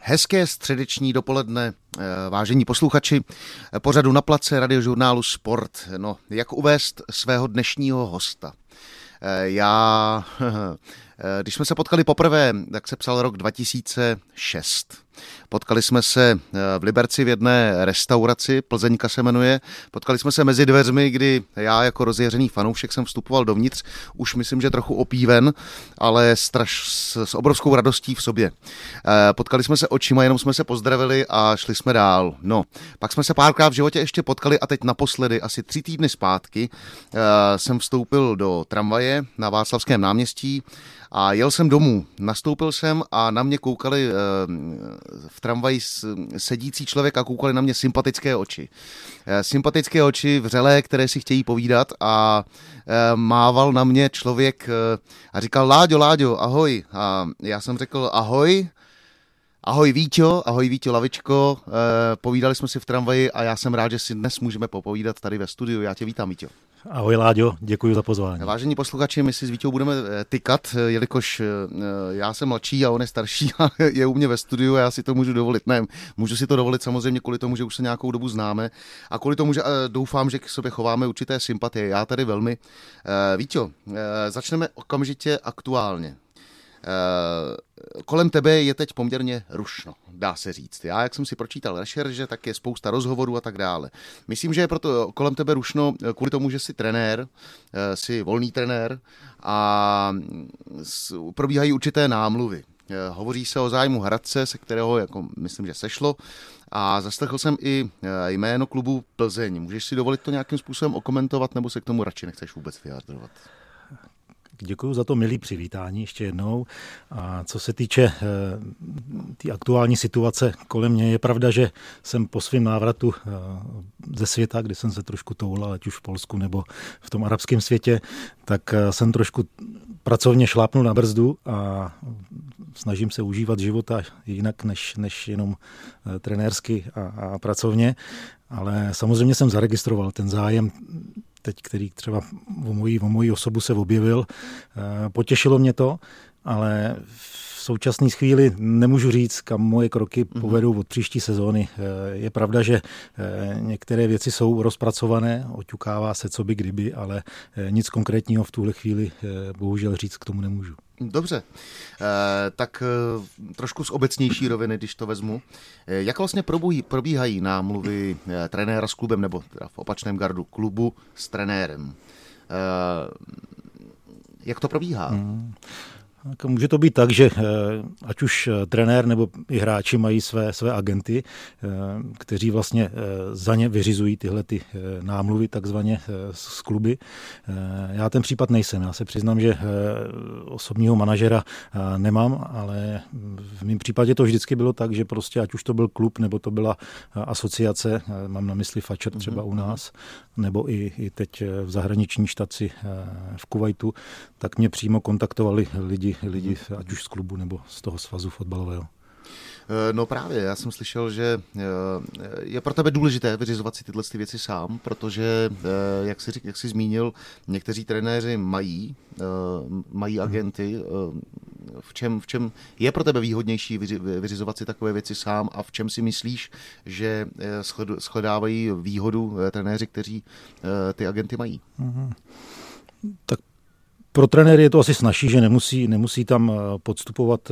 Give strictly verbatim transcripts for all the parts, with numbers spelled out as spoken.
Hezké středeční dopoledne, vážení posluchači pořadu Na place radiožurnálu Sport. No, jak uvést svého dnešního hosta? Já, když jsme se potkali poprvé, tak se psal rok dva tisíce šest. Potkali jsme se v Liberci v jedné restauraci, Plzeňka se jmenuje. Potkali jsme se mezi dveřmi, kdy já jako rozjeřený fanoušek jsem vstupoval dovnitř, už myslím, že trochu opíven, ale straš s, s obrovskou radostí v sobě. Potkali jsme se očima, jenom jsme se pozdravili a šli jsme dál. No, pak jsme se párkrát v životě ještě potkali a teď naposledy, asi tři týdny zpátky, jsem vstoupil do tramvaje na Václavském náměstí a jel jsem domů. Nastoupil jsem a na mě koukali v tramvaji sedící člověk a koukali na mě sympatické oči. Sympatické oči vřelé, které si chtějí povídat a mával na mě člověk a říkal: Láďo, Láďo, ahoj. A já jsem řekl: ahoj. Ahoj Víťo, ahoj Víťo Lavičko, povídali jsme si v tramvaji a já jsem rád, že si dnes můžeme popovídat tady ve studiu. Já tě vítám, Víťo. Ahoj Láďo, děkuji za pozvání. Vážení posluchači, my si s Víťou budeme tykat, jelikož já jsem mladší a on je starší a je u mě ve studiu a já si to můžu dovolit. Ne, můžu si to dovolit samozřejmě kvůli tomu, že už se nějakou dobu známe a kvůli tomu, že doufám, že k sobě chováme určité sympatie. Já tady velmi. Víťo, začneme okamžitě aktuálně. Kolem tebe je teď poměrně rušno, dá se říct. Já, jak jsem si pročítal rešerže, tak je spousta rozhovorů a tak dále. Myslím, že je proto kolem tebe rušno kvůli tomu, že jsi trenér, jsi volný trenér a probíhají určité námluvy. Hovoří se o zájmu Hradce, se kterého, jako myslím, že sešlo, a zaslechl jsem i jméno klubu Plzeň. Můžeš si dovolit to nějakým způsobem okomentovat, nebo se k tomu radši nechceš vůbec vyjádřovat? Děkuji za to milé přivítání ještě jednou. A co se týče té tý aktuální situace kolem mě, je pravda, že jsem po svém návratu ze světa, kdy jsem se trošku toulal, ať už v Polsku nebo v tom arabském světě, tak jsem trošku pracovně šlápnul na brzdu a snažím se užívat života jinak než, než jenom trenérsky a, a pracovně. Ale samozřejmě jsem zaregistroval ten zájem teď, který třeba o mojí, o mojí osobu se objevil. Potěšilo mě to, ale v současné chvíli nemůžu říct, kam moje kroky povedou od příští sezóny. Je pravda, že některé věci jsou rozpracované, oťukává se co by kdyby, ale nic konkrétního v tuhle chvíli bohužel říct k tomu nemůžu. Dobře, tak trošku z obecnější roviny, když to vezmu. Jak vlastně probíhají námluvy trenéra s klubem, nebo teda v opačném gardu klubu s trenérem? Jak to probíhá? Hmm. Může to být tak, že ať už trenér nebo i hráči mají své, své agenty, kteří vlastně za ně vyřizují tyhle ty námluvy takzvaně z kluby. Já ten případ nejsem. Já se přiznám, že osobního manažera nemám, ale v mém případě to vždycky bylo tak, že prostě ať už to byl klub nebo to byla asociace, mám na mysli Fatscher třeba u nás, nebo i, i teď v zahraniční štaci v Kuvajtu, tak mě přímo kontaktovali lidi lidi, ať už z klubu nebo z toho svazu fotbalového. No právě, já jsem slyšel, že je pro tebe důležité vyřizovat si tyhle věci sám, protože, jak jsi, jak jsi zmínil, někteří trenéři mají, mají agenty. V čem, v čem je pro tebe výhodnější vyřizovat si takové věci sám a v čem si myslíš, že shledávají výhodu trenéři, kteří ty agenty mají? Mhm. Tak pro trenéry je to asi snazší, že nemusí, nemusí tam podstupovat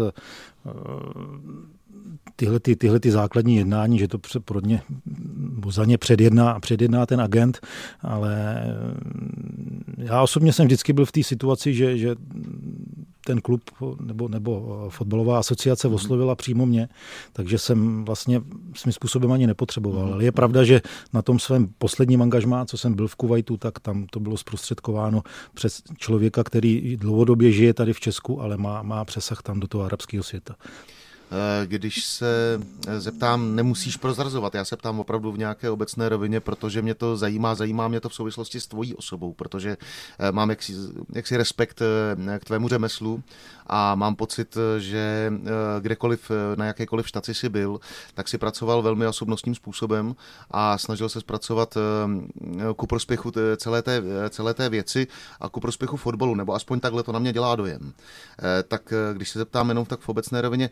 tyhle, ty, tyhle ty základní jednání, že to pro ně, za ně předjedná, předjedná ten agent, ale já osobně jsem vždycky byl v té situaci, že, že ten klub nebo, nebo fotbalová asociace oslovila přímo mě, takže jsem vlastně svým způsobem ani nepotřeboval. Ale je pravda, že na tom svém posledním angažmá, co jsem byl v Kuvajtu, tak tam to bylo zprostředkováno přes člověka, který dlouhodobě žije tady v Česku, ale má, má přesah tam do toho arabského světa. Když se zeptám, nemusíš prozrazovat, já se ptám opravdu v nějaké obecné rovině, protože mě to zajímá, zajímá mě to v souvislosti s tvojí osobou, protože mám jaksi, jaksi respekt k tvému řemeslu a mám pocit, že kdekoliv, na jakékoliv štaci si byl, tak si pracoval velmi osobnostním způsobem a snažil se zpracovat ku prospěchu celé té, celé té věci a ku prospěchu fotbalu, nebo aspoň takhle to na mě dělá dojem. Tak když se zeptám jenom tak v obecné rovině,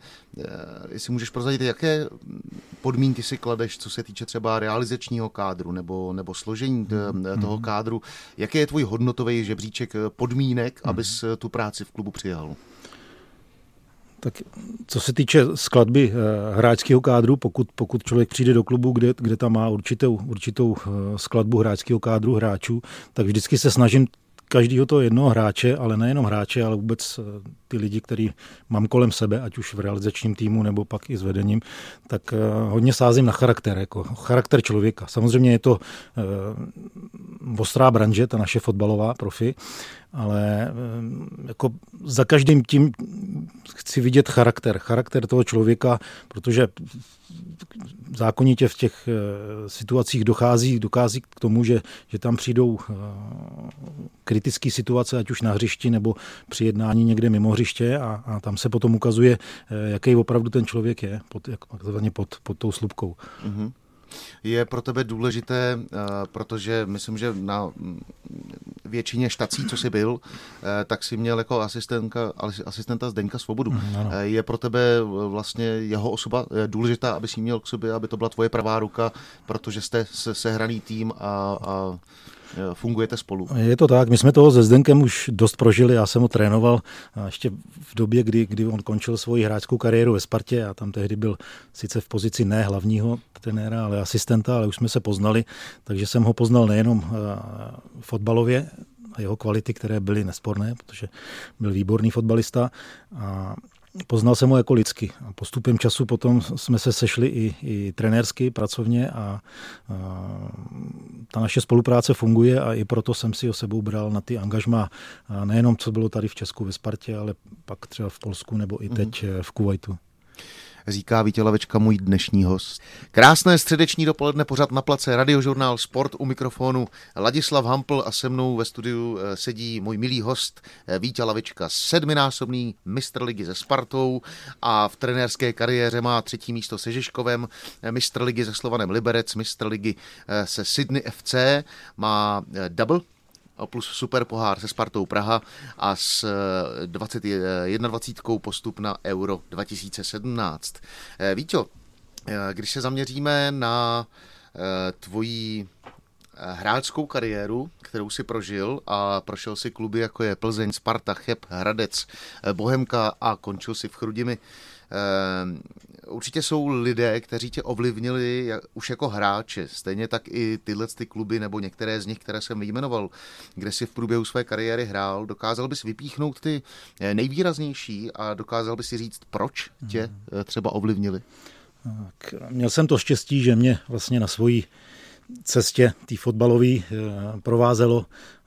jestli můžeš prozradit, jaké podmínky si kladeš, co se týče třeba realizačního kádru nebo, nebo složení toho kádru. Jaký je tvůj hodnotový žebříček podmínek, abys tu práci v klubu přijal? Tak co se týče skladby hráčského kádru, pokud, pokud člověk přijde do klubu, kde, kde tam má určitou, určitou skladbu hráčského kádru hráčů, tak vždycky se snažím každého toho jednoho hráče, ale nejenom hráče, ale vůbec ty lidi, který mám kolem sebe, ať už v realizačním týmu nebo pak i s vedením, tak hodně sázím na charakter, jako charakter člověka. Samozřejmě je to uh, ostrá branže, ta naše fotbalová profi, ale uh, jako za každým tím chci vidět charakter, charakter toho člověka, protože zákonitě v těch uh, situacích dochází, dochází k tomu, že, že tam přijdou uh, kritické situace, ať už na hřišti nebo při jednání někde mimo hřiště a, a tam se potom ukazuje, jaký opravdu ten člověk je pod, jak, pod, pod tou slupkou. Mm-hmm. Je pro tebe důležité, protože myslím, že na většině štací, co jsi byl, tak jsi měl jako asistentka, asistenta Zdeňka Svobodu. Mm, je pro tebe vlastně jeho osoba důležitá, aby si měl k sobě, aby to byla tvoje pravá ruka, protože jste sehraný tým a, a fungujete spolu. Je to tak, my jsme toho se Zdenkem už dost prožili, já jsem ho trénoval ještě v době, kdy, kdy on končil svoji hráčskou kariéru ve Spartě, já tam tehdy byl sice v pozici ne hlavního trenéra, ale asistenta, ale už jsme se poznali, takže jsem ho poznal nejenom fotbalově a jeho kvality, které byly nesporné, protože byl výborný fotbalista a poznal jsem ho jako lidsky. A postupem času potom jsme se sešli i, i trenérsky, pracovně a, a ta naše spolupráce funguje a i proto jsem si ho sebou bral na ty angažmá. A nejenom, co bylo tady v Česku ve Spartě, ale pak třeba v Polsku nebo i teď mm. v Kuvajtu. Říká Vítě Lavečka, můj dnešní host. Krásné středeční dopoledne, pořad Na place, Radiožurnál Sport, u mikrofonu Ladislav Hampl a se mnou ve studiu sedí můj milý host Vítě Lavečka, sedminásobný mistr ligy se Spartou a v trenérské kariéře má třetí místo se Žižkovem, mistr ligy se Slovanem Liberec, mistr ligy se Sydney F C, má double plus super pohár se Spartou Praha a s dvacet jedna postup na Euro dva tisíce sedmnáct. Víťo, když se zaměříme na tvoji hráčskou kariéru, kterou si prožil a prošel si kluby jako je Plzeň, Sparta, Cheb, Hradec, Bohemka a končil si v Chrudimi. Určitě jsou lidé, kteří tě ovlivnili už jako hráče, stejně tak i tyhle ty kluby nebo některé z nich, které jsem vyjmenoval, kde si v průběhu své kariéry hrál. Dokázal bys vypíchnout ty nejvýraznější a dokázal bys si říct, proč tě třeba ovlivnili? Tak, měl jsem to štěstí, že mě vlastně na svojí cestě tý fotbalový provázelo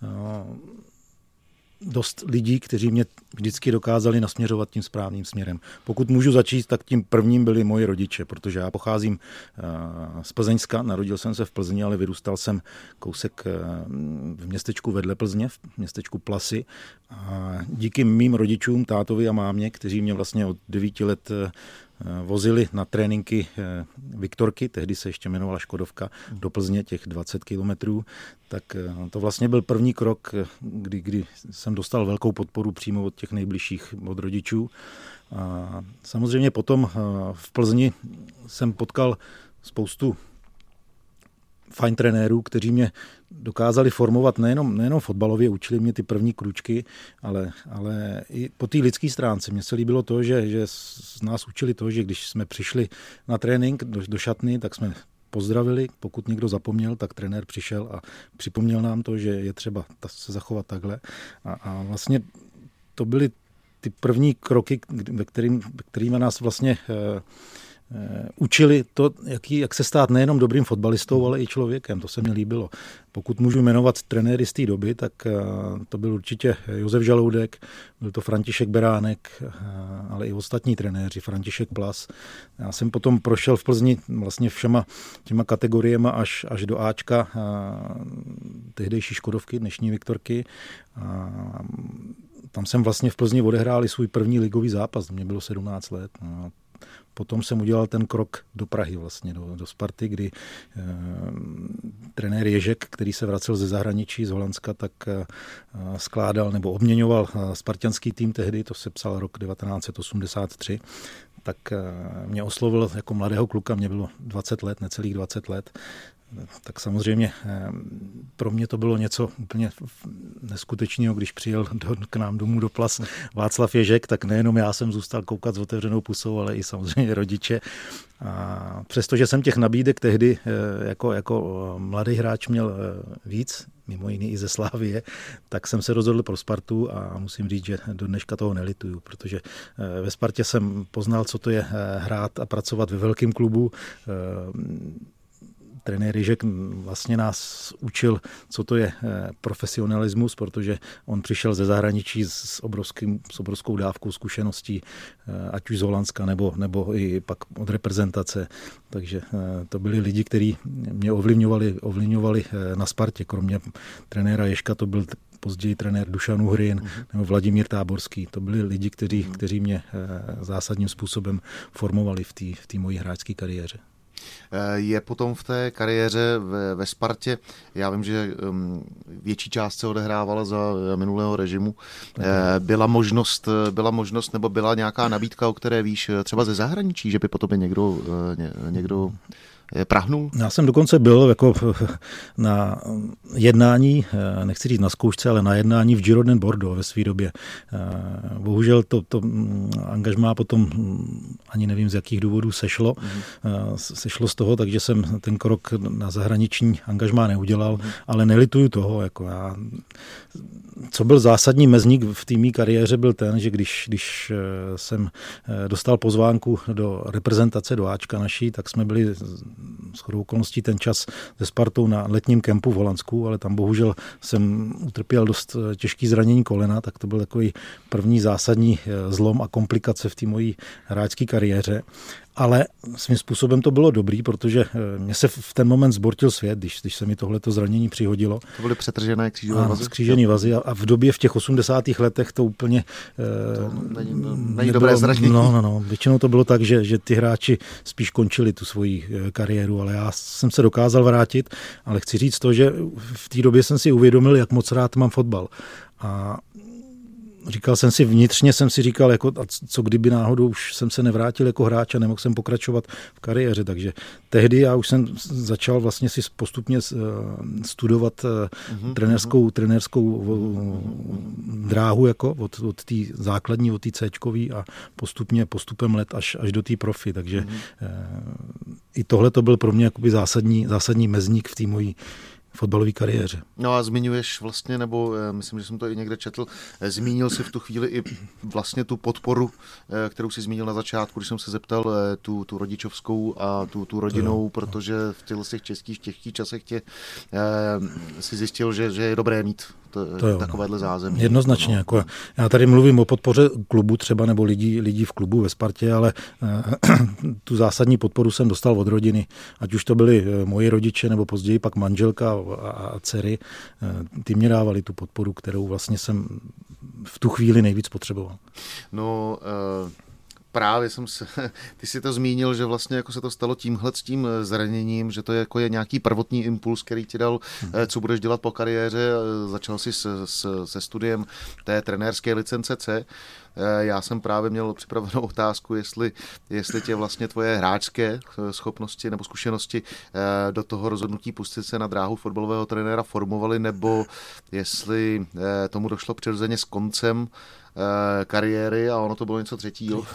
dost lidí, kteří mě vždycky dokázali nasměřovat tím správným směrem. Pokud můžu začít, tak tím prvním byli moji rodiče, protože já pocházím z Plzeňska, narodil jsem se v Plzni, ale vyrůstal jsem kousek v městečku vedle Plzně, v městečku Plasy. A díky mým rodičům, tátovi a mámě, kteří mě vlastně od devíti let vozili na tréninky Viktorky, tehdy se ještě jmenovala Škodovka, do Plzně, těch dvacet kilometrů, tak to vlastně byl první krok, kdy, kdy jsem dostal velkou podporu přímo od těch nejbližších, od rodičů. A samozřejmě potom v Plzni jsem potkal spoustu fajn trenérů, kteří mě dokázali formovat nejenom, nejenom fotbalově, učili mě ty první kručky, ale, ale i po té lidské stránce. Mně se líbilo to, že, že z nás učili to, že když jsme přišli na trénink do, do šatny, tak jsme pozdravili. Pokud někdo zapomněl, tak trenér přišel a připomněl nám to, že je třeba se zachovat takhle. A, a vlastně to byly ty první kroky, ve kterým, kterými nás vlastně eh, učili to, jaký, jak se stát nejenom dobrým fotbalistou, ale i člověkem. To se mi líbilo. Pokud můžu jmenovat trenéry z té doby, tak to byl určitě Josef Žaloudek, byl to František Beránek, ale i ostatní trenéři, František Plas. Já jsem potom prošel v Plzni vlastně všema těma kategoriemi až, až do Ačka tehdejší Škodovky, dnešní Viktorky. A tam jsem vlastně v Plzni odehrál i svůj první ligový zápas. Mně bylo sedmnáct let. No. Potom jsem udělal ten krok do Prahy vlastně, do, do Sparty, kdy e, trenér Ježek, který se vracel ze zahraničí, z Holandska, tak e, skládal nebo obměňoval spartanský tým tehdy, to se psal rok devatenáct set osmdesát tři, tak mě oslovil jako mladého kluka, mě bylo dvacet let, necelých dvacet let, tak samozřejmě pro mě to bylo něco úplně neskutečného, když přijel do, k nám domů do Plas Václav Ježek, tak nejenom já jsem zůstal koukat s otevřenou pusou, ale i samozřejmě rodiče. A přestože jsem těch nabídek tehdy jako, jako mladý hráč měl víc, mimo jiný i ze Slávie, tak jsem se rozhodl pro Spartu a musím říct, že do dneška toho nelituju, protože ve Spartě jsem poznal, co to je hrát a pracovat ve velkém klubu. Trenér Ježek vlastně nás učil, co to je profesionalismus, protože on přišel ze zahraničí s, obrovským, s obrovskou dávkou zkušeností, ať už z Holandska, nebo, nebo i pak od reprezentace. Takže to byli lidi, kteří mě ovlivňovali, ovlivňovali na Spartě. Kromě trenéra Ježka to byl později trenér Dušan Uhrin uh-huh. nebo Vladimír Táborský. To byli lidi, kteří, uh-huh. kteří mě zásadním způsobem formovali v té v té mojí hráčské kariéře. Je potom v té kariéře ve, ve Spartě, já vím, že um, větší část se odehrávala za minulého režimu. Okay. Byla možnost, byla možnost nebo byla nějaká nabídka, o které víš třeba ze zahraničí, že by potom někdo, ně, někdo prahnul? Já jsem dokonce byl jako na jednání, nechci říct na zkoušce, ale na jednání v Girondin Bordeaux ve své době. Bohužel to, to angažmá potom ani nevím z jakých důvodů sešlo. Mm. Sešlo z toho, takže jsem ten krok na zahraniční angažmá neudělal, mm. ale nelituju toho. Jako já, co byl zásadní mezník v té mé kariéře byl ten, že když, když jsem dostal pozvánku do reprezentace do Ačka naší, tak jsme byli shodou okolností ten čas se Spartou na letním kempu v Holandsku, ale tam bohužel jsem utrpěl dost těžký zranění kolena, tak to byl takový první zásadní zlom a komplikace v té mojí hráčské kariéře. Ale svým způsobem to bylo dobrý, protože mě se v ten moment zbortil svět, když, když se mi tohleto zranění přihodilo. To byly přetržené křížové vazy? Křížené vazy a, a v době v těch osmdesátých letech to úplně to není, no, není dobré zranění. No, no, no. Většinou to bylo tak, že, že ty hráči spíš končili tu svoji kariéru, ale já jsem se dokázal vrátit, ale chci říct to, že v té době jsem si uvědomil, jak moc rád mám fotbal. A říkal jsem si, vnitřně jsem si říkal, jako, a co kdyby náhodou už jsem se nevrátil jako hráč a nemohl jsem pokračovat v kariéře. Takže tehdy já už jsem začal vlastně si postupně studovat uh-huh, trenérskou, uh-huh. trenérskou dráhu jako od, od té základní, od té C-čkový a postupně, postupem let až, až do té profi. Takže uh-huh. uh, i tohle to byl pro mě jakoby zásadní, zásadní mezník v té mojí fotbalové kariéře. No a zmiňuješ vlastně, nebo myslím, že jsem to i někde četl, zmínil si v tu chvíli i vlastně tu podporu, kterou si zmínil na začátku, když jsem se zeptal tu, tu rodičovskou a tu, tu rodinou, protože v těchto těch českých těžkých časech tě eh, si zjistil, že, že je dobré mít to, to jo, takovéhle zázemí. Jednoznačně. No. Jako já tady mluvím o podpoře klubu třeba, nebo lidí, lidí v klubu ve Spartě, ale eh, tu zásadní podporu jsem dostal od rodiny. Ať už to byli moji rodiče, nebo později pak manželka a, a dcery. Ty mě dávali tu podporu, kterou vlastně jsem v tu chvíli nejvíc potřeboval. No, uh... Právě jsem se, ty si to zmínil, že vlastně jako se to stalo tímhle s tím zraněním, že to je, jako je nějaký prvotní impuls, který ti dal, hmm. co budeš dělat po kariéře. Začal si s, s, se studiem té trenérské licence C. Já jsem právě měl připravenou otázku, jestli, jestli tě vlastně tvoje hráčské schopnosti nebo zkušenosti do toho rozhodnutí pustit se na dráhu fotbalového trenéra formovaly, nebo jestli tomu došlo přirozeně s koncem kariéry a ono to bylo něco třetího.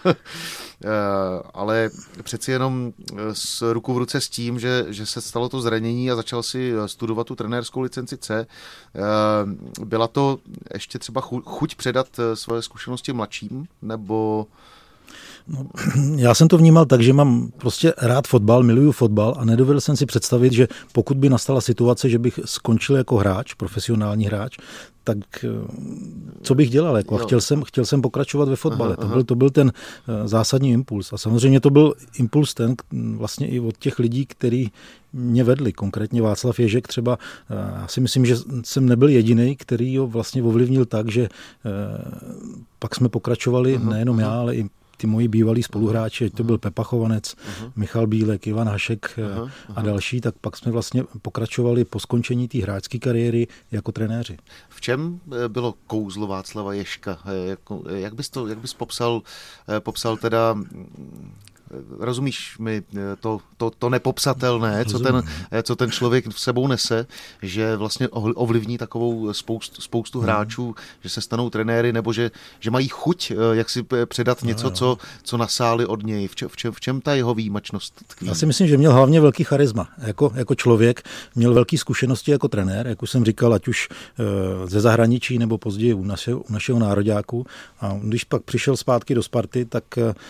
Ale přeci jenom s ruku v ruce s tím, že, že se stalo to zranění a začal si studovat tu trenérskou licenci C. Byla to ještě třeba chuť předat své zkušenosti mladším, nebo... No, já jsem to vnímal tak, že mám prostě rád fotbal, miluju fotbal a nedovedl jsem si představit, že pokud by nastala situace, že bych skončil jako hráč, profesionální hráč, tak co bych dělal? Jako, chtěl, jsem, chtěl jsem pokračovat ve fotbale. Aha, to, byl, to byl ten zásadní impuls. A samozřejmě to byl impuls ten vlastně i od těch lidí, kteří mě vedli. Konkrétně Václav Ježek třeba. Já si myslím, že jsem nebyl jediný, který ho vlastně ovlivnil tak, že pak jsme pokračovali, aha, nejenom aha. já, ale i ty moji bývalí spoluhráči, ať to byl Pepa Chovanec, uh-huh. Michal Bílek, Ivan Hašek uh-huh. a další, tak pak jsme vlastně pokračovali po skončení té hráčské kariéry jako trenéři. V čem bylo kouzlo Václava Ježka? Jak bys to, jak bys popsal, popsal teda... Rozumíš mi to, to, to nepopsatelné, co ten, co ten člověk v sebou nese, že vlastně ovlivní takovou spoustu, spoustu hráčů, hmm. že se stanou trenéry, nebo že, že mají chuť, jak si předat něco, co, co nasáli od něj. V čem, v čem, v čem ta jeho výjimačnost tkví? Já si myslím, že měl hlavně velký charisma. Jako, jako člověk měl velký zkušenosti jako trenér, jak už jsem říkal, ať už ze zahraničí, nebo později u našeho, u našeho nároďáku. A když pak přišel zpátky do Sparty, tak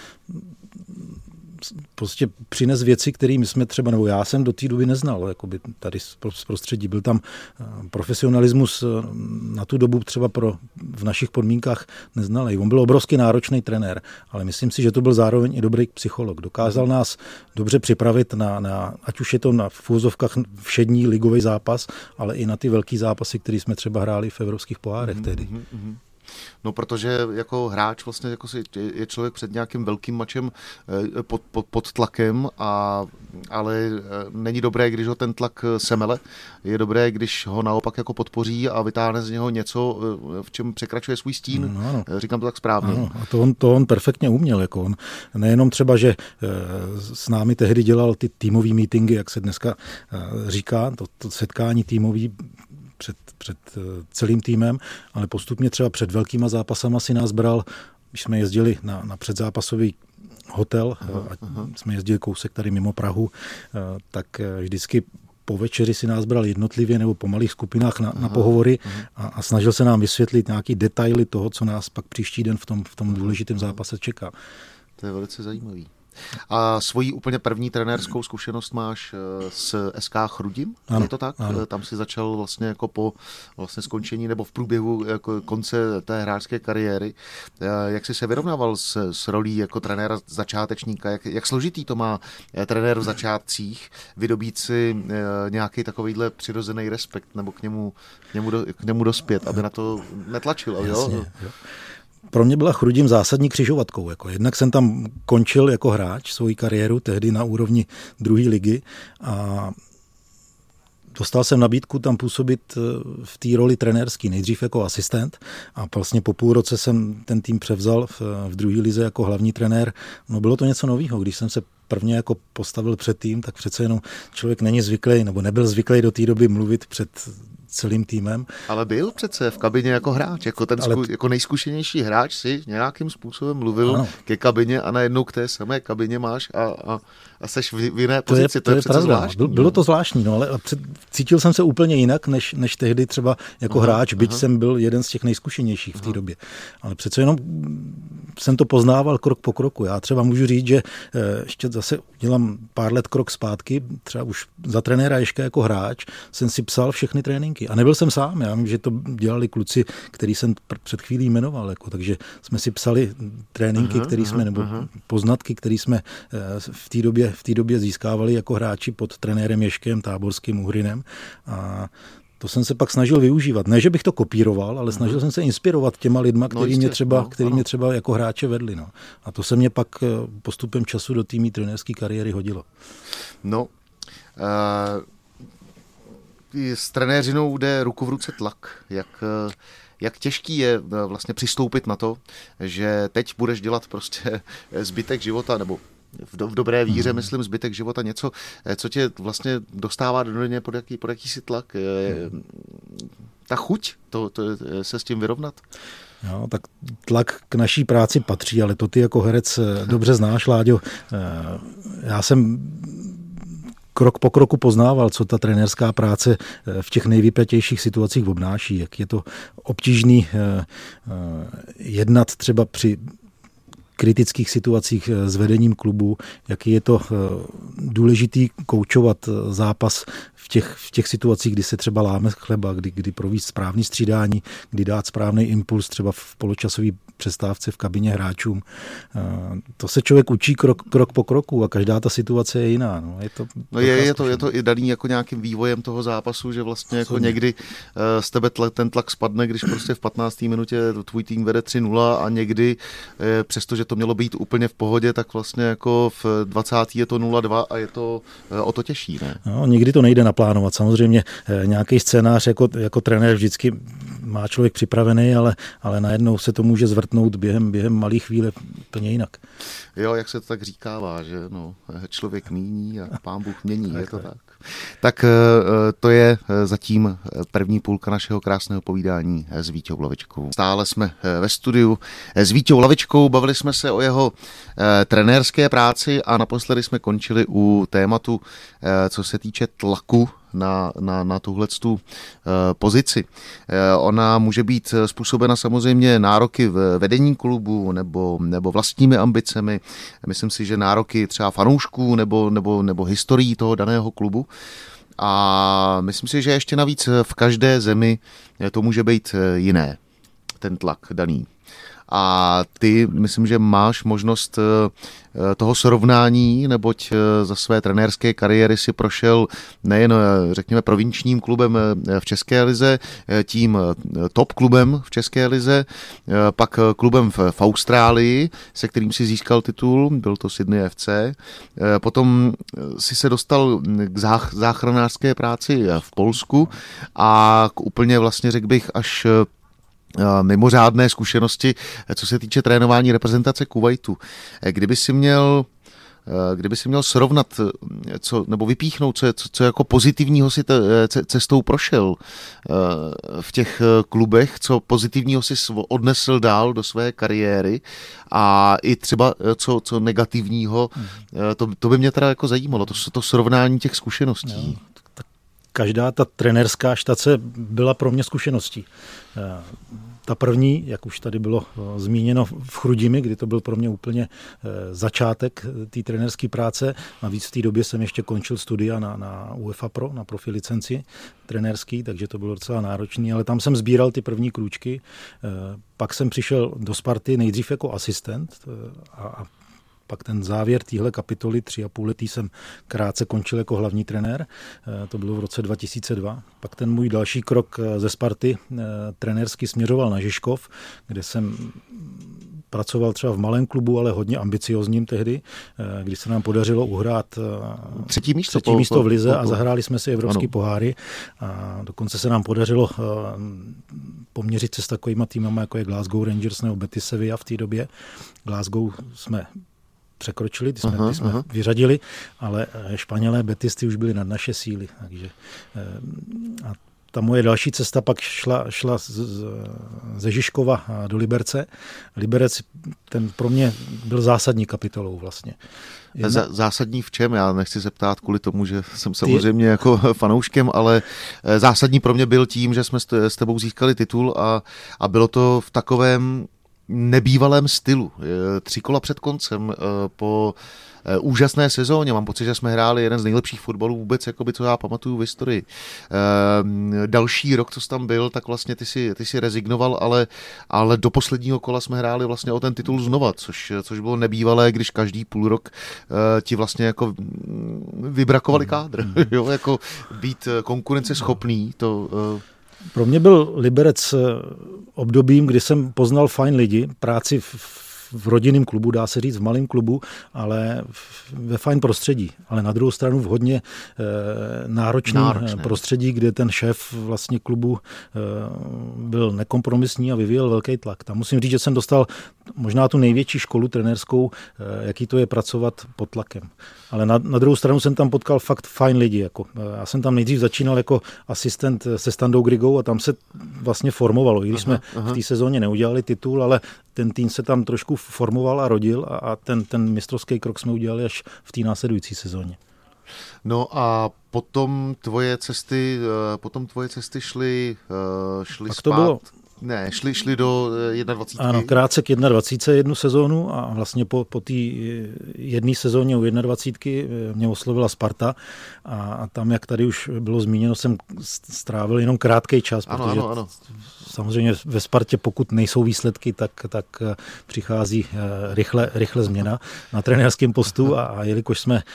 prostě přines věci, které my jsme třeba, nebo já jsem do té doby neznal, jakoby tady z prostředí. Byl tam profesionalismus na tu dobu třeba pro, v našich podmínkách neznalý. On byl obrovský náročný trenér, ale myslím si, že to byl zároveň i dobrý psycholog. Dokázal nás dobře připravit na, na ať už je to na v úvozovkách všední ligový zápas, ale i na ty velký zápasy, které jsme třeba hráli v evropských pohárech mm-hmm, tehdy. Mm-hmm. No, protože jako hráč vlastně jako si, je člověk před nějakým velkým mačem pod, pod, pod tlakem, a, ale není dobré, když ho ten tlak semele. Je dobré, když ho naopak jako podpoří a vytáhne z něho něco, v čem překračuje svůj stín. No, ano. Říkám to tak správně. Ano, a to on, to on perfektně uměl. Jako on. Nejenom třeba, že s námi tehdy dělal ty týmový meetingy, jak se dneska říká, to, to setkání týmový Před, před celým týmem, ale postupně třeba před velkýma zápasama si nás bral, když jsme jezdili na, na předzápasový hotel, aha, a aha. jsme jezdili kousek tady mimo Prahu, tak vždycky po večeři si nás bral jednotlivě nebo po malých skupinách na, na pohovory a, a snažil se nám vysvětlit nějaký detaily toho, co nás pak příští den v tom, v tom důležitém zápase čeká. To je velice zajímavý. A svoji úplně první trenérskou zkušenost máš s S K Chrudim? Ano, je to tak? Ano. Tam si začal vlastně jako po vlastně skončení nebo v průběhu jako konce té hráčské kariéry. Jak jsi se vyrovnával s, s rolí jako trenéra začátečníka? Jak, jak složitý to má trenér v začátcích vydobít si nějaký takovýhle přirozený respekt nebo k němu, k němu, do, k němu dospět, aby na to netlačil? Jasně, jo? Jo. Pro mě byla Chrudim zásadní křižovatkou. Jako. Jednak jsem tam končil jako hráč svoji kariéru, tehdy na úrovni druhé ligy, a dostal jsem nabídku tam působit v té roli trenérský, nejdřív jako asistent, a vlastně po půl roce jsem ten tým převzal v, v druhé lize jako hlavní trenér. No, bylo to něco nového, když jsem se prvně jako postavil před tým, tak přece jenom člověk není zvyklý, nebo nebyl zvyklý do té doby mluvit před celým týmem. Ale byl přece v kabině jako hráč, jako ten Ale... zku, jako nejzkušenější hráč si nějakým způsobem mluvil ano. ke kabině a najednou k té samé kabině máš a, a, a seš v, v jiné to pozici. Je, to, to je, je přece pravda. Zvláštní. Bylo to zvláštní, no, ale před, cítil jsem se úplně jinak, než, než tehdy třeba jako aha, hráč, byť aha. jsem byl jeden z těch nejzkušenějších v té době. Ale přece jenom jsem to poznával krok po kroku. Já třeba můžu říct, že ještě zase dělám pár let krok zpátky, třeba už za trenéra Ježka jako hráč jsem si psal všechny tréninky. A nebyl jsem sám, já vím, že to dělali kluci, který jsem před chvílí jmenoval, jako, takže jsme si psali tréninky, aha, které jsme, nebo aha. poznatky, které jsme v té době, v té době získávali jako hráči pod trenérem Ježkem, Táborským, Uhrinem, a to jsem se pak snažil využívat. Ne, že bych to kopíroval, ale snažil jsem se inspirovat těma lidma, který, no, jistě, mě, třeba, no, který mě třeba jako hráče vedli. No. A to se mě pak postupem času do té mý trenérské kariéry hodilo. No, uh... s trenéřinou jde ruku v ruce tlak. Jak, jak těžký je vlastně přistoupit na to, že teď budeš dělat prostě zbytek života, nebo v, do, v dobré víře, hmm. myslím, zbytek života, něco, co tě vlastně dostává do denně pod, jaký, pod jakýsi tlak. Hmm. Ta chuť to, to, se s tím vyrovnat? Jo, tak tlak k naší práci patří, ale to ty jako herec dobře znáš, Láďo. Já jsem krok po kroku poznával, co ta trenérská práce v těch nejvypjatějších situacích obnáší, jak je to obtížný jednat třeba při kritických situacích s vedením klubu, jaký je to důležitý koučovat zápas v těch, v těch situacích, kdy se třeba láme chleba, kdy, kdy províst správný střídání, kdy dát správný impuls třeba v poločasové přestávce v kabině hráčům. To se člověk učí krok, krok po kroku a každá ta situace je jiná. No, je to, no je, je, to, je to i daný jako nějakým vývojem toho zápasu, že vlastně jako někdy z tebe tlak, ten tlak spadne, když prostě v patnácté minutě tvůj tým vede tři nula a někdy, přestože to mělo být úplně v pohodě, tak vlastně jako v dvacáté je to nula dva a je to o to těžší. Ne? No, nikdy to nejde naplánovat. Samozřejmě nějaký scénář jako, jako trenér vždycky má člověk připravený, ale, ale najednou se to může zvrtnout během, během malý chvíle úplně jinak. Jo, jak se to tak říkává, že no, člověk míní a pán Bůh mění, tak, je to tak. tak. Tak to je zatím první půlka našeho krásného povídání s Víťou Lavičkou. Stále jsme ve studiu s Víťou Lavičkou, bavili jsme se o jeho trenérské práci a naposledy jsme končili u tématu, co se týče tlaku na, na, na tuhletu uh, pozici. Uh, ona může být způsobena samozřejmě nároky v vedení klubu nebo, nebo vlastními ambicemi. Myslím si, že nároky třeba fanoušků nebo, nebo, nebo historií toho daného klubu. A myslím si, že ještě navíc v každé zemi to může být jiné, ten tlak daný. A ty, myslím, že máš možnost toho srovnání, neboť za své trenérské kariéry si prošel nejen, řekněme, provinčním klubem v České lize, tím top klubem v České lize, pak klubem v, v Austrálii, se kterým si získal titul, byl to Sydney F C. Potom si se dostal k zách, záchranářské práci v Polsku a k úplně vlastně, řekl bych, až mimořádné zkušenosti, co se týče trénování reprezentace Kuvajtu. Kdyby si měl, kdyby si měl srovnat, co, nebo vypíchnout, co, co, co jako pozitivního si te, cestou prošel v těch klubech, co pozitivního si odnesl dál do své kariéry a i třeba co, co negativního, to, to by mě teda jako zajímalo, to, to srovnání těch zkušeností. Jo. Každá ta trenérská štace byla pro mě zkušeností. Ta první, jak už tady bylo zmíněno v Chrudimi, kdy to byl pro mě úplně začátek té trenérské práce. Navíc v té době jsem ještě končil studia na, na UEFA Pro, na profi licenci trenérský, takže to bylo docela náročný, ale tam jsem sbíral ty první krůčky. Pak jsem přišel do Sparty nejdřív jako asistent a pak ten závěr téhle kapitoly, tři a půl letý jsem krátce končil jako hlavní trenér, to bylo v roce dva tisíce dva. Pak ten můj další krok ze Sparty trenérsky směřoval na Žižkov, kde jsem pracoval třeba v malém klubu, ale hodně ambiciozním tehdy, kdy se nám podařilo uhrát třetí místo, třetí místo v lize a zahráli jsme si evropský ano. poháry. A dokonce se nám podařilo poměřit se s takovýma týmama, jako je Glasgow Rangers nebo Betis Sevilla v té době. Glasgow jsme překročili, ty jsme, aha, ty jsme aha. vyřadili, ale Španělé, Betisty už byli nad naše síly. Takže, a ta moje další cesta pak šla, šla z, z, ze Žižkova do Liberce. Liberec, ten pro mě byl zásadní kapitolou vlastně. Jedna... Zásadní v čem? Já nechci se ptát kvůli tomu, že jsem samozřejmě jako fanouškem, ale zásadní pro mě byl tím, že jsme s tebou získali titul a, a bylo to v takovém nebývalém stylu. Tři kola před koncem po úžasné sezóně. Mám pocit, že jsme hráli jeden z nejlepších fotbalů vůbec, jakoby, co já pamatuju v historii. Další rok, co jsi tam byl, tak vlastně ty si, ty si rezignoval, ale, ale do posledního kola jsme hráli vlastně o ten titul znova, což, což bylo nebývalé, když každý půl rok ti vlastně jako vybrakovali kádr. Jo, jako být konkurenceschopný, to... Pro mě byl Liberec obdobím, kdy jsem poznal fajn lidi, práci v, v rodinném klubu, dá se říct, v malém klubu, ale ve fajn prostředí. Ale na druhou stranu v hodně eh, náročném Náročné. prostředí, kde ten šéf vlastně klubu eh, byl nekompromisní a vyvíjel velký tlak. Tam musím říct, že jsem dostal možná tu největší školu trenérskou, eh, jaký to je pracovat pod tlakem. Ale na, na druhou stranu jsem tam potkal fakt fajn lidi. Jako. Já jsem tam nejdřív začínal jako asistent se Standou Grigou a tam se vlastně formovalo. I když aha, jsme aha. v té sezóně neudělali titul, ale ten tým se tam trošku formoval a rodil a, a ten, ten mistrovský krok jsme udělali až v té následující sezóně. No a potom tvoje cesty, potom tvoje cesty šly, šly pak spát. To bylo, Ne, šli, šli do jednadvacítky. Ano, krátce k jednadvacítce jednu sezónu a vlastně po, po té jedné sezóně u jednadvacítky mě oslovila Sparta a, a tam, jak tady už bylo zmíněno, jsem strávil jenom krátký čas, ano, protože ano, ano. samozřejmě ve Spartě, pokud nejsou výsledky, tak, tak přichází rychle, rychle změna na trenérském postu a, a jelikož jsme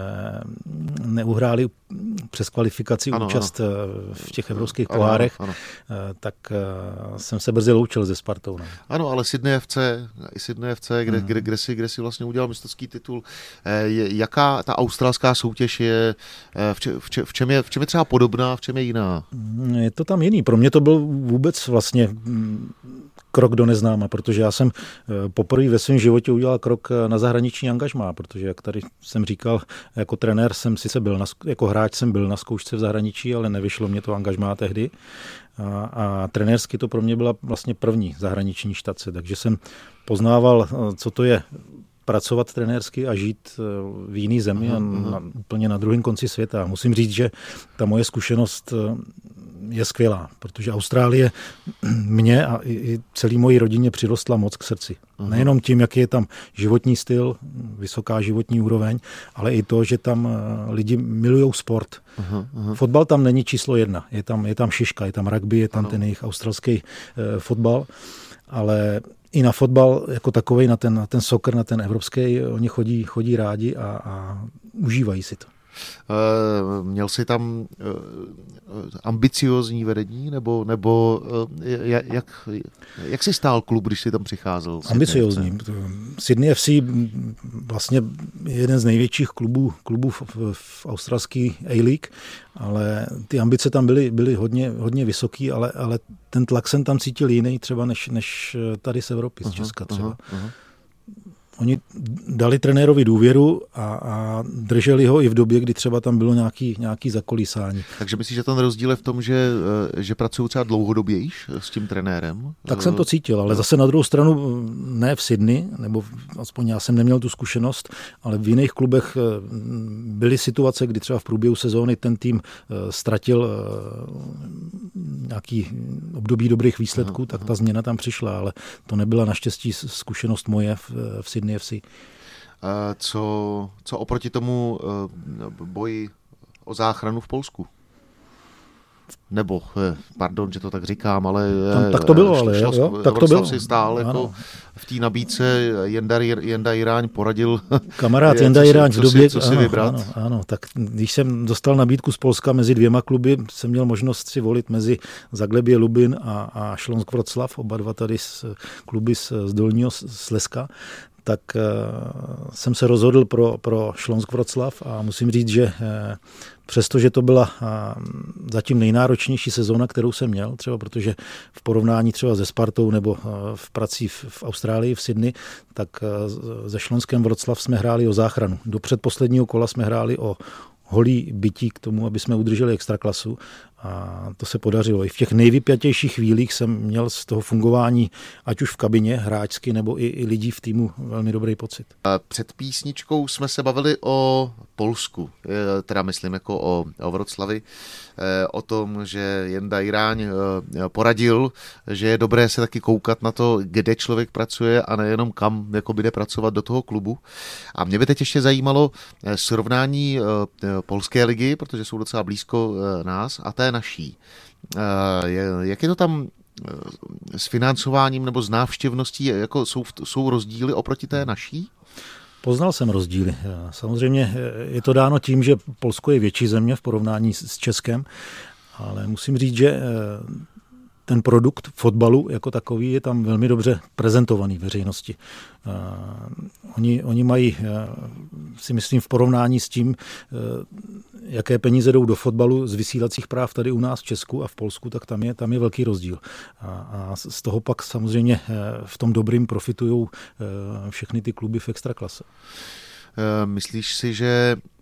neuhráli přes kvalifikaci ano, účast ano. v těch evropských ano, pohárech, ano, ano. tak jsem se brzy loučil se Spartou. Ne? Ano, ale Sydney F C, i Sydney F C, kde, hmm. kde, kde, si, kde si vlastně udělal mistrovský titul. Je, jaká ta australská soutěž je, v, če, v, če, v, čem je, v čem je třeba podobná, v čem je jiná? Je to tam jiný. Pro mě to byl vůbec vlastně krok do neznáma, protože já jsem poprvé ve svém životě udělal krok na zahraniční angažmá, protože jak tady jsem říkal, jako trenér jsem sice byl, na, jako hráč jsem byl na zkoušce v zahraničí, ale nevyšlo mě to angažmá tehdy. A, a trenérsky to pro mě byla vlastně první zahraniční štace, takže jsem poznával, co to je pracovat trenérsky a žít v jiný zemi a na, úplně na druhém konci světa. Musím říct, že ta moje zkušenost je skvělá, protože Austrálie mě a i celý mojí rodině přirostla moc k srdci. Aha. Nejenom tím, jaký je tam životní styl, vysoká životní úroveň, ale i to, že tam lidi milujou sport. Aha, aha. Fotbal tam není číslo jedna. Je tam, je tam šiška, je tam rugby, je tam ano. ten jejich australský eh, fotbal, ale i na fotbal jako takovej, na ten, na ten soccer, na ten evropský, oni chodí, chodí rádi a, a užívají si to. Uh, měl jsi tam uh, ambiciozní vedení, nebo, nebo uh, jak, jak jsi stál klub, když jsi tam přicházel? Ambiciozní. Sydney F C vlastně je jeden z největších klubů, klubů v, v australské A-League, ale ty ambice tam byly, byly hodně, hodně vysoký, ale, ale ten tlak jsem tam cítil jiný třeba než, než tady z Evropy, z Česka třeba. Aha, aha. Oni dali trenérovi důvěru a, a drželi ho i v době, kdy třeba tam bylo nějaký, nějaký zakolísání. Takže myslíš, že ten rozdíl je v tom, že, že pracují třeba dlouhodobějiš s tím trenérem? Tak jsem to cítil, ale zase na druhou stranu ne v Sydney, nebo aspoň já jsem neměl tu zkušenost, ale v jiných klubech byly situace, kdy třeba v průběhu sezóny ten tým ztratil nějaký období dobrých výsledků, aha, tak ta aha. změna tam přišla, ale to nebyla naštěstí zkušenost moje v, v Sydney F C. Co, co oproti tomu boji o záchranu v Polsku? Nebo, pardon, že to tak říkám, ale... Tam, tak to bylo, ale jo, jo, tak to bylo. Si stál jako v té nabídce, Jenda, Jenda Jiráň poradil... Kamarád Jenda Jiráň v době... Co si, co si ano, vybrat. Ano, ano, tak když jsem dostal nabídku z Polska mezi dvěma kluby, jsem měl možnost si volit mezi Zaglebie Lubin a, a Śląsk Wrocław, oba dva tady z kluby z, z Dolního Slezska, tak uh, jsem se rozhodl pro, pro Śląsk Wrocław a musím říct, že uh, přestože to byla uh, zatím nejnáročnější sezóna, kterou jsem měl, třeba protože v porovnání třeba se Spartou nebo uh, v prací v, v Austrálii, v Sydney, tak uh, se Śląskem Wrocław jsme hráli o záchranu. Do předposledního kola jsme hráli o holý bytí k tomu, aby jsme udrželi extraklasu a to se podařilo. I v těch nejvypjatějších chvílích jsem měl z toho fungování, ať už v kabině hráčsky, nebo i, i lidí v týmu velmi dobrý pocit. Před písničkou jsme se bavili o Polsku, teda myslím jako o, o Vroclavi, o tom, že Jenda Jiráň poradil, že je dobré se taky koukat na to, kde člověk pracuje a nejenom kam jako jde pracovat do toho klubu. A mě by teď ještě zajímalo srovnání polské ligy, protože jsou docela blízko nás, a té naší. Jak je to tam s financováním nebo s návštěvností, jako jsou, jsou rozdíly oproti té naší? Poznal jsem rozdíly. Samozřejmě je to dáno tím, že Polsko je větší země v porovnání s Českem, ale musím říct, že ten produkt fotbalu jako takový je tam velmi dobře prezentovaný veřejnosti. Uh, oni, oni mají, uh, si myslím, v porovnání s tím, uh, jaké peníze jdou do fotbalu z vysílacích práv tady u nás v Česku a v Polsku, tak tam je, tam je velký rozdíl. A, a z toho pak samozřejmě uh, v tom dobrým profitují uh, všechny ty kluby v extraklase. Myslíš si, že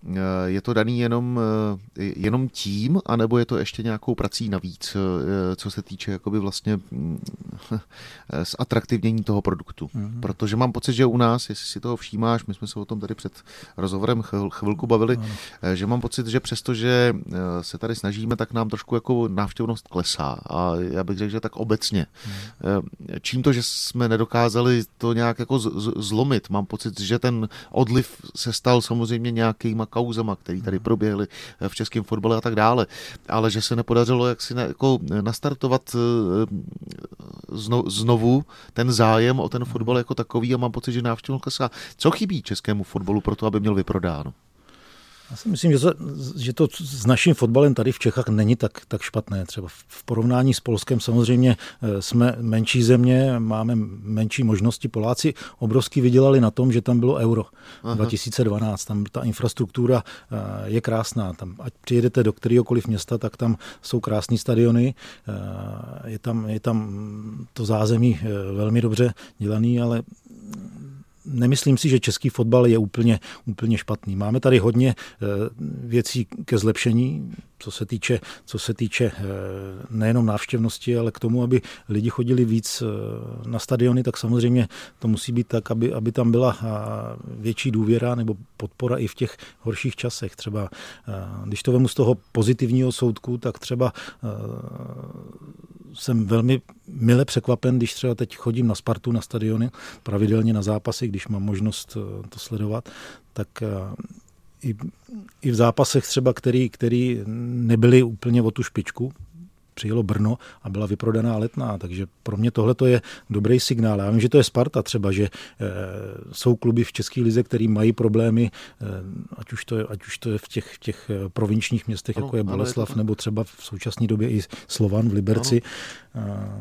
je to daný jenom, jenom tím, anebo je to ještě nějakou prací navíc, co se týče jakoby vlastně zatraktivnění toho produktu. Mm-hmm. Protože mám pocit, že u nás, jestli si toho všímáš, my jsme se o tom tady před rozhovorem chvilku bavili, mm-hmm. že mám pocit, že přesto, že se tady snažíme, tak nám trošku jako návštěvnost klesá. A já bych řekl, že tak obecně. Mm-hmm. Čím to, že jsme nedokázali to nějak jako z- zlomit. Mám pocit, že ten odliv se stal samozřejmě nějakýma kauzama, které tady proběhly v českém fotbale a tak dále, ale že se nepodařilo jaksi ne, jako nastartovat zno, znovu ten zájem o ten fotbal jako takový a mám pocit, že návštěvnost klesá. Co chybí českému fotbalu pro to, aby měl vyprodáno? Já si myslím, že to, že to s naším fotbalem tady v Čechách není tak, tak špatné. Třeba v porovnání s Polskem samozřejmě jsme menší země, máme menší možnosti. Poláci obrovsky vydělali na tom, že tam bylo Euro Aha. dva tisíce dvanáct. Tam ta infrastruktura je krásná. Tam, ať přijedete do kteréhokoliv města, tak tam jsou krásné stadiony. Je tam, je tam to zázemí velmi dobře dělaný, ale nemyslím si, že český fotbal je úplně, úplně špatný. Máme tady hodně věcí ke zlepšení, co se týče, co se týče nejenom návštěvnosti, ale k tomu, aby lidi chodili víc na stadiony, tak samozřejmě to musí být tak, aby, aby tam byla větší důvěra nebo podpora i v těch horších časech. Třeba, když to vemu z toho pozitivního soudku, tak třeba jsem velmi mile překvapen, když třeba teď chodím na Spartu, na stadiony, pravidelně na zápasy, když mám možnost to sledovat, tak i, i v zápasech třeba, který, který nebyly úplně o tu špičku, přijelo Brno a byla vyprodaná Letná, takže pro mě tohle je dobrý signál. Já vím, že to je Sparta třeba, že e, jsou kluby v české lize, který mají problémy, e, ať, už to je, ať už to je v těch, v těch provinčních městech, ano, jako je Boleslav, je nebo třeba v současné době i Slovan v Liberci. E,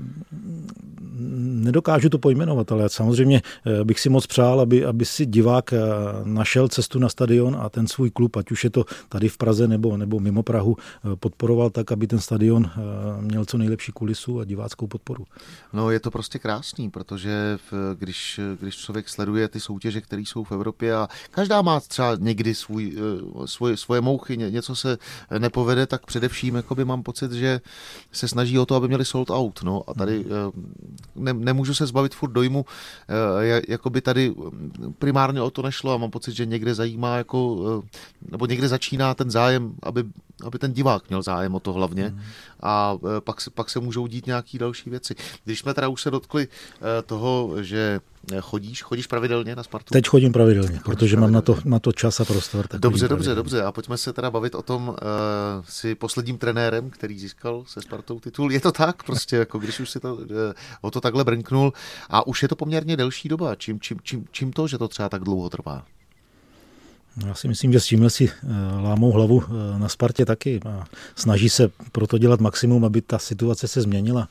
nedokážu to pojmenovat, ale samozřejmě bych si moc přál, aby, aby si divák našel cestu na stadion a ten svůj klub, ať už je to tady v Praze nebo, nebo mimo Prahu, podporoval tak, aby ten stadion měl co nejlepší kulisu a diváckou podporu. No je to prostě krásný, protože v, když, když člověk sleduje ty soutěže, které jsou v Evropě a každá má třeba někdy svůj, svoj, svoje mouchy, něco se nepovede, tak především jakoby mám pocit, že se snaží o to, aby měli sold out. No a tady ne, nemůžu se zbavit furt dojmu, jakoby tady primárně o to nešlo a mám pocit, že někde zajímá jako, nebo někde začíná ten zájem, aby, aby ten divák měl zájem o to hlavně. Mm. A pak se, pak se můžou dít nějaké další věci. Když jsme teda už se dotkli toho, že chodíš, chodíš pravidelně na Spartu? Teď chodím pravidelně, chodíš protože pravidelně. Mám na to, na to čas a prostor. Tak dobře, dobře, dobře. A pojďme se teda bavit o tom, uh, si posledním trenérem, který získal se Spartou titul. Je to tak prostě, jako když už si to, uh, o to takhle brnknul. A už je to poměrně delší doba. Čím, čím, čím, čím to, že to třeba tak dlouho trvá? Já si myslím, že s tímhle si lámou hlavu na Spartě taky. A snaží se proto dělat maximum, aby ta situace se změnila.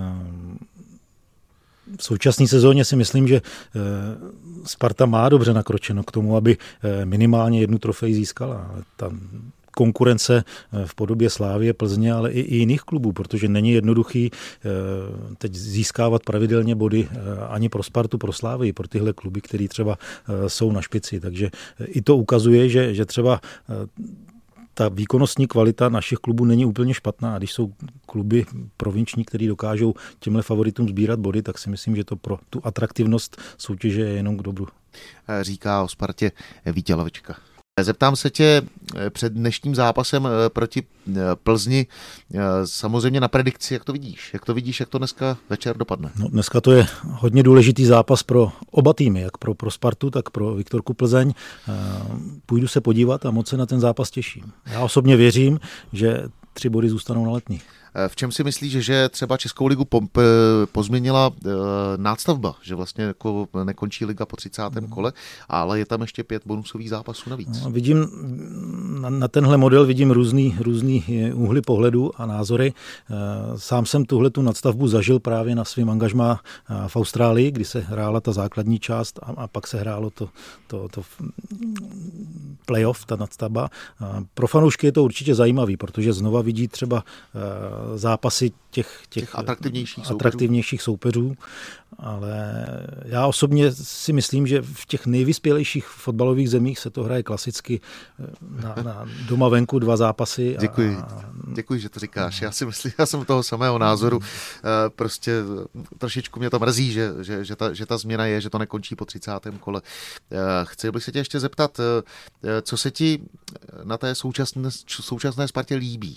V současné sezóně si myslím, že Sparta má dobře nakročeno k tomu, aby minimálně jednu trofej získala. Ta konkurence v podobě Slávie, Plzně, ale i, i jiných klubů, protože není jednoduchý teď získávat pravidelně body ani pro Spartu, pro Slávii, pro tyhle kluby, které třeba jsou na špici. Takže i to ukazuje, že, že třeba ta výkonnostní kvalita našich klubů není úplně špatná. A když jsou kluby provinční, které dokážou těmhle favoritům sbírat body, tak si myslím, že to pro tu atraktivnost soutěže je jenom k dobru. Říká o Spartě Vítě Lavečka. Zeptám se tě před dnešním zápasem proti Plzni samozřejmě na predikci, jak to vidíš? Jak to vidíš, jak to dneska večer dopadne? No, dneska to je hodně důležitý zápas pro oba týmy, jak pro, pro Spartu, tak pro Viktorku Plzeň. Půjdu se podívat a moc se na ten zápas těším. Já osobně věřím, že tři body zůstanou na Letných. V čem si myslíš, že třeba Českou ligu pozměnila nástavba, že vlastně jako nekončí liga po třicátém kole, ale je tam ještě pět bonusových zápasů navíc? No, vidím, na tenhle model vidím různý, různý úhly pohledu a názory. Sám jsem tuhletu nadstavbu zažil právě na svým angažmá v Austrálii, kdy se hrála ta základní část a, a pak se hrálo to, to, to playoff, ta nadstavba. Pro fanoušky je to určitě zajímavý, protože znova vidí třeba zápasy těch, těch, těch atraktivnějších, atraktivnějších soupeřů. ale já osobně si myslím, že v těch nejvyspělejších fotbalových zemích se to hraje klasicky na, na doma venku dva zápasy. A, Děkuji. A... Děkuji, že to říkáš. Já si myslím, já jsem toho samého názoru. Prostě trošičku mě to mrzí, že, že, že, ta, že ta změna je, že to nekončí po třicátém kole. Chci bych se tě ještě zeptat, co se ti na té současné, současné Spartě líbí?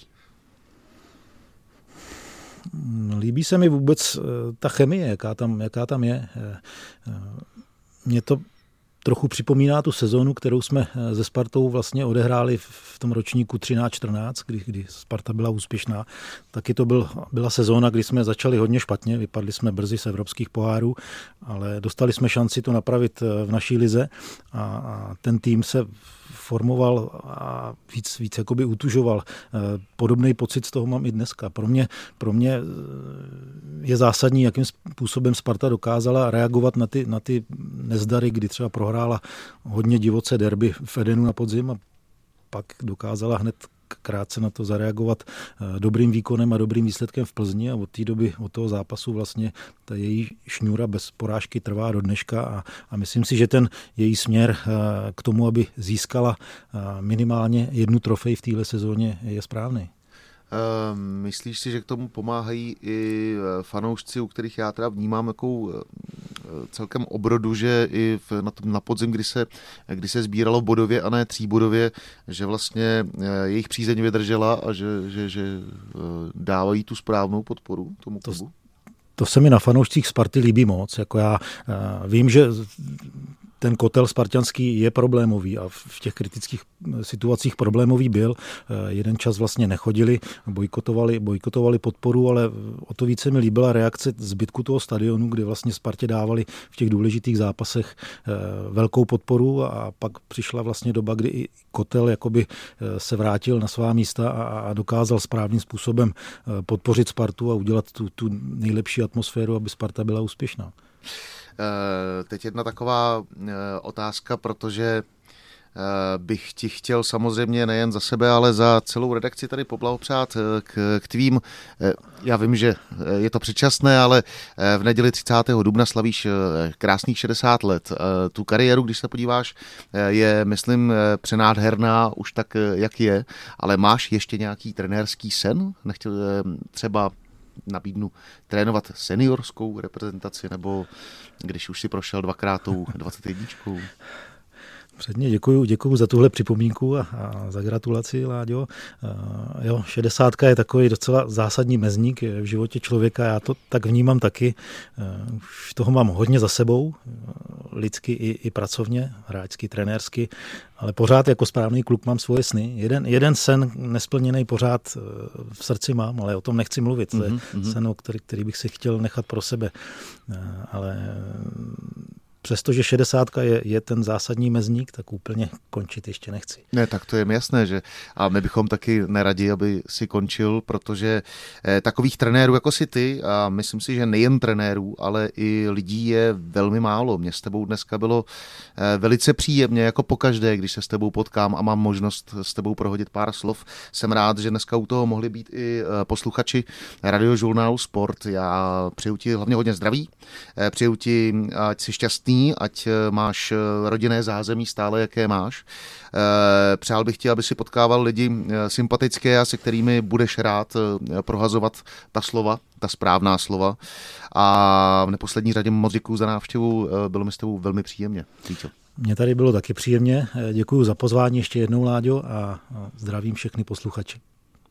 Líbí se mi vůbec ta chemie, jaká tam, jaká tam je. Mě to trochu připomíná tu sezónu, kterou jsme se Spartou vlastně odehráli v tom ročníku třináct čtrnáct, kdy, kdy Sparta byla úspěšná. Taky to byl, byla sezóna, kdy jsme začali hodně špatně, vypadli jsme brzy z evropských pohárů, ale dostali jsme šanci to napravit v naší lize a, a ten tým se formoval a víc, víc jakoby utužoval. Podobný pocit z toho mám i dneska. Pro mě, pro mě je zásadní, jakým způsobem Sparta dokázala reagovat na ty, na ty nezdary, kdy třeba prohrála hodně divoce derby v Edenu na podzim a pak dokázala hned krátce na to zareagovat dobrým výkonem a dobrým výsledkem v Plzni a od té doby, od toho zápasu vlastně ta její šňůra bez porážky trvá do dneška a, a myslím si, že ten její směr k tomu, aby získala minimálně jednu trofej v téhle sezóně, je správný. Myslíš si, že k tomu pomáhají i fanoušci, u kterých já teda vnímám jakou celkem obrodu, že i na, na podzim, kdy se, kdy se sbíralo bodově a ne tříbodově, že vlastně jejich přízeň vydržela a že, že, že dávají tu správnou podporu tomu klubu? To, to se mi na fanoušcích Sparty líbí moc. Jako já vím, že ten kotel spartanský je problémový a v těch kritických situacích problémový byl. Jeden čas vlastně nechodili, bojkotovali, bojkotovali podporu, ale o to více mi líbila reakce zbytku toho stadionu, kde vlastně Spartě dávali v těch důležitých zápasech velkou podporu a pak přišla vlastně doba, kdy i kotel jakoby se vrátil na svá místa a dokázal správným způsobem podpořit Spartu a udělat tu, tu nejlepší atmosféru, aby Sparta byla úspěšná. Teď jedna taková otázka, protože bych ti chtěl samozřejmě nejen za sebe, ale za celou redakci tady poblahopřát k, k tvým. Já vím, že je to předčasné, ale v neděli třicátého dubna slavíš krásných šedesát let. Tu kariéru, když se podíváš, je, myslím, přenádherná už tak, jak je, ale máš ještě nějaký trenérský sen? Nechtěl třeba nabídnu trénovat seniorskou reprezentaci, nebo když už si prošel dvakrát tou dvacet jedničkou? Předně děkuju, děkuju za tuhle připomínku a, a za gratulaci, Láďo. Uh, jo, šedesátka je takový docela zásadní mezník v životě člověka, já to tak vnímám taky. Uh, už toho mám hodně za sebou, uh, lidsky i, i pracovně, hráčsky, trenérsky, ale pořád jako správný kluk mám svoje sny. Jeden, jeden sen nesplněný pořád uh, v srdci mám, ale o tom nechci mluvit. Mm-hmm. To je sen, který, který bych si chtěl nechat pro sebe. Uh, ale přestože šedesátka je, je ten zásadní mezník, tak úplně končit ještě nechci. Ne, tak to je mi jasné, že a my bychom taky neradi, aby si končil, protože eh, takových trenérů jako si ty, a myslím si, že nejen trenérů, ale i lidí je velmi málo. Mně s tebou dneska bylo eh, velice příjemně, jako pokaždé, když se s tebou potkám a mám možnost s tebou prohodit pár slov. Jsem rád, že dneska u toho mohli být i eh, posluchači Radiožurnálu Sport. Já přeju ti hlavně hodně zdraví, eh, přeju ti, ať jsi šťastný, ať máš rodinné zázemí stále, jaké máš. Přál bych ti, aby si potkával lidi sympatické a se kterými budeš rád prohazovat ta slova, ta správná slova. A v neposlední řadě moc děkuju za návštěvu, bylo mi s tebou velmi příjemně. Víťo. Mně tady bylo taky příjemně. Děkuju za pozvání ještě jednou, Láďo, a zdravím všechny posluchači.